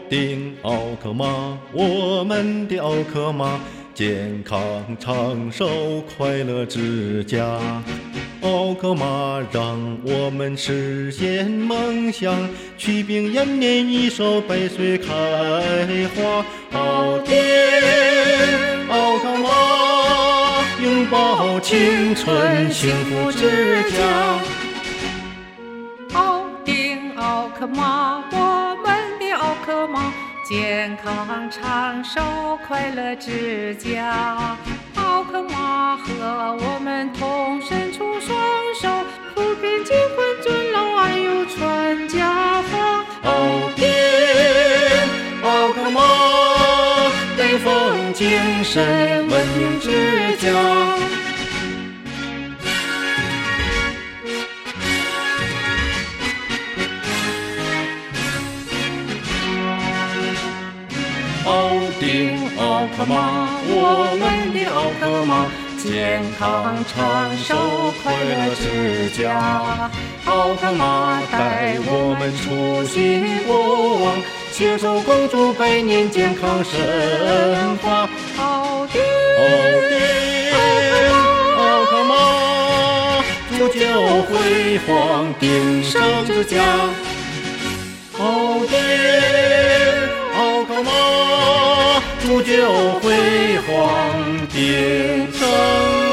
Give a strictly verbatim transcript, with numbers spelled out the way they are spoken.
丁奥克玛，我们的奥克玛，健康长寿，快乐之家。奥克玛让我们实现梦想，祛病延年益寿，百岁开花。奥丁奥克玛，拥抱青春，幸福之家。 奥丁奥克玛，我们的奥克玛，健康长寿，快乐之家。奥克玛和我们同伸出双手，扶贫济困，尊老爱幼，传家风。 奥丁奥克玛，雷锋精神，文明之家。奥丁奥克玛，我们的奥克玛，健康长寿，快乐之家。奥克玛带我们出席过往，携手共筑百年健康神话。 奥丁奥克玛，铸就辉煌鼎盛之家。奥丁奥克玛，铸就辉煌鼎盛。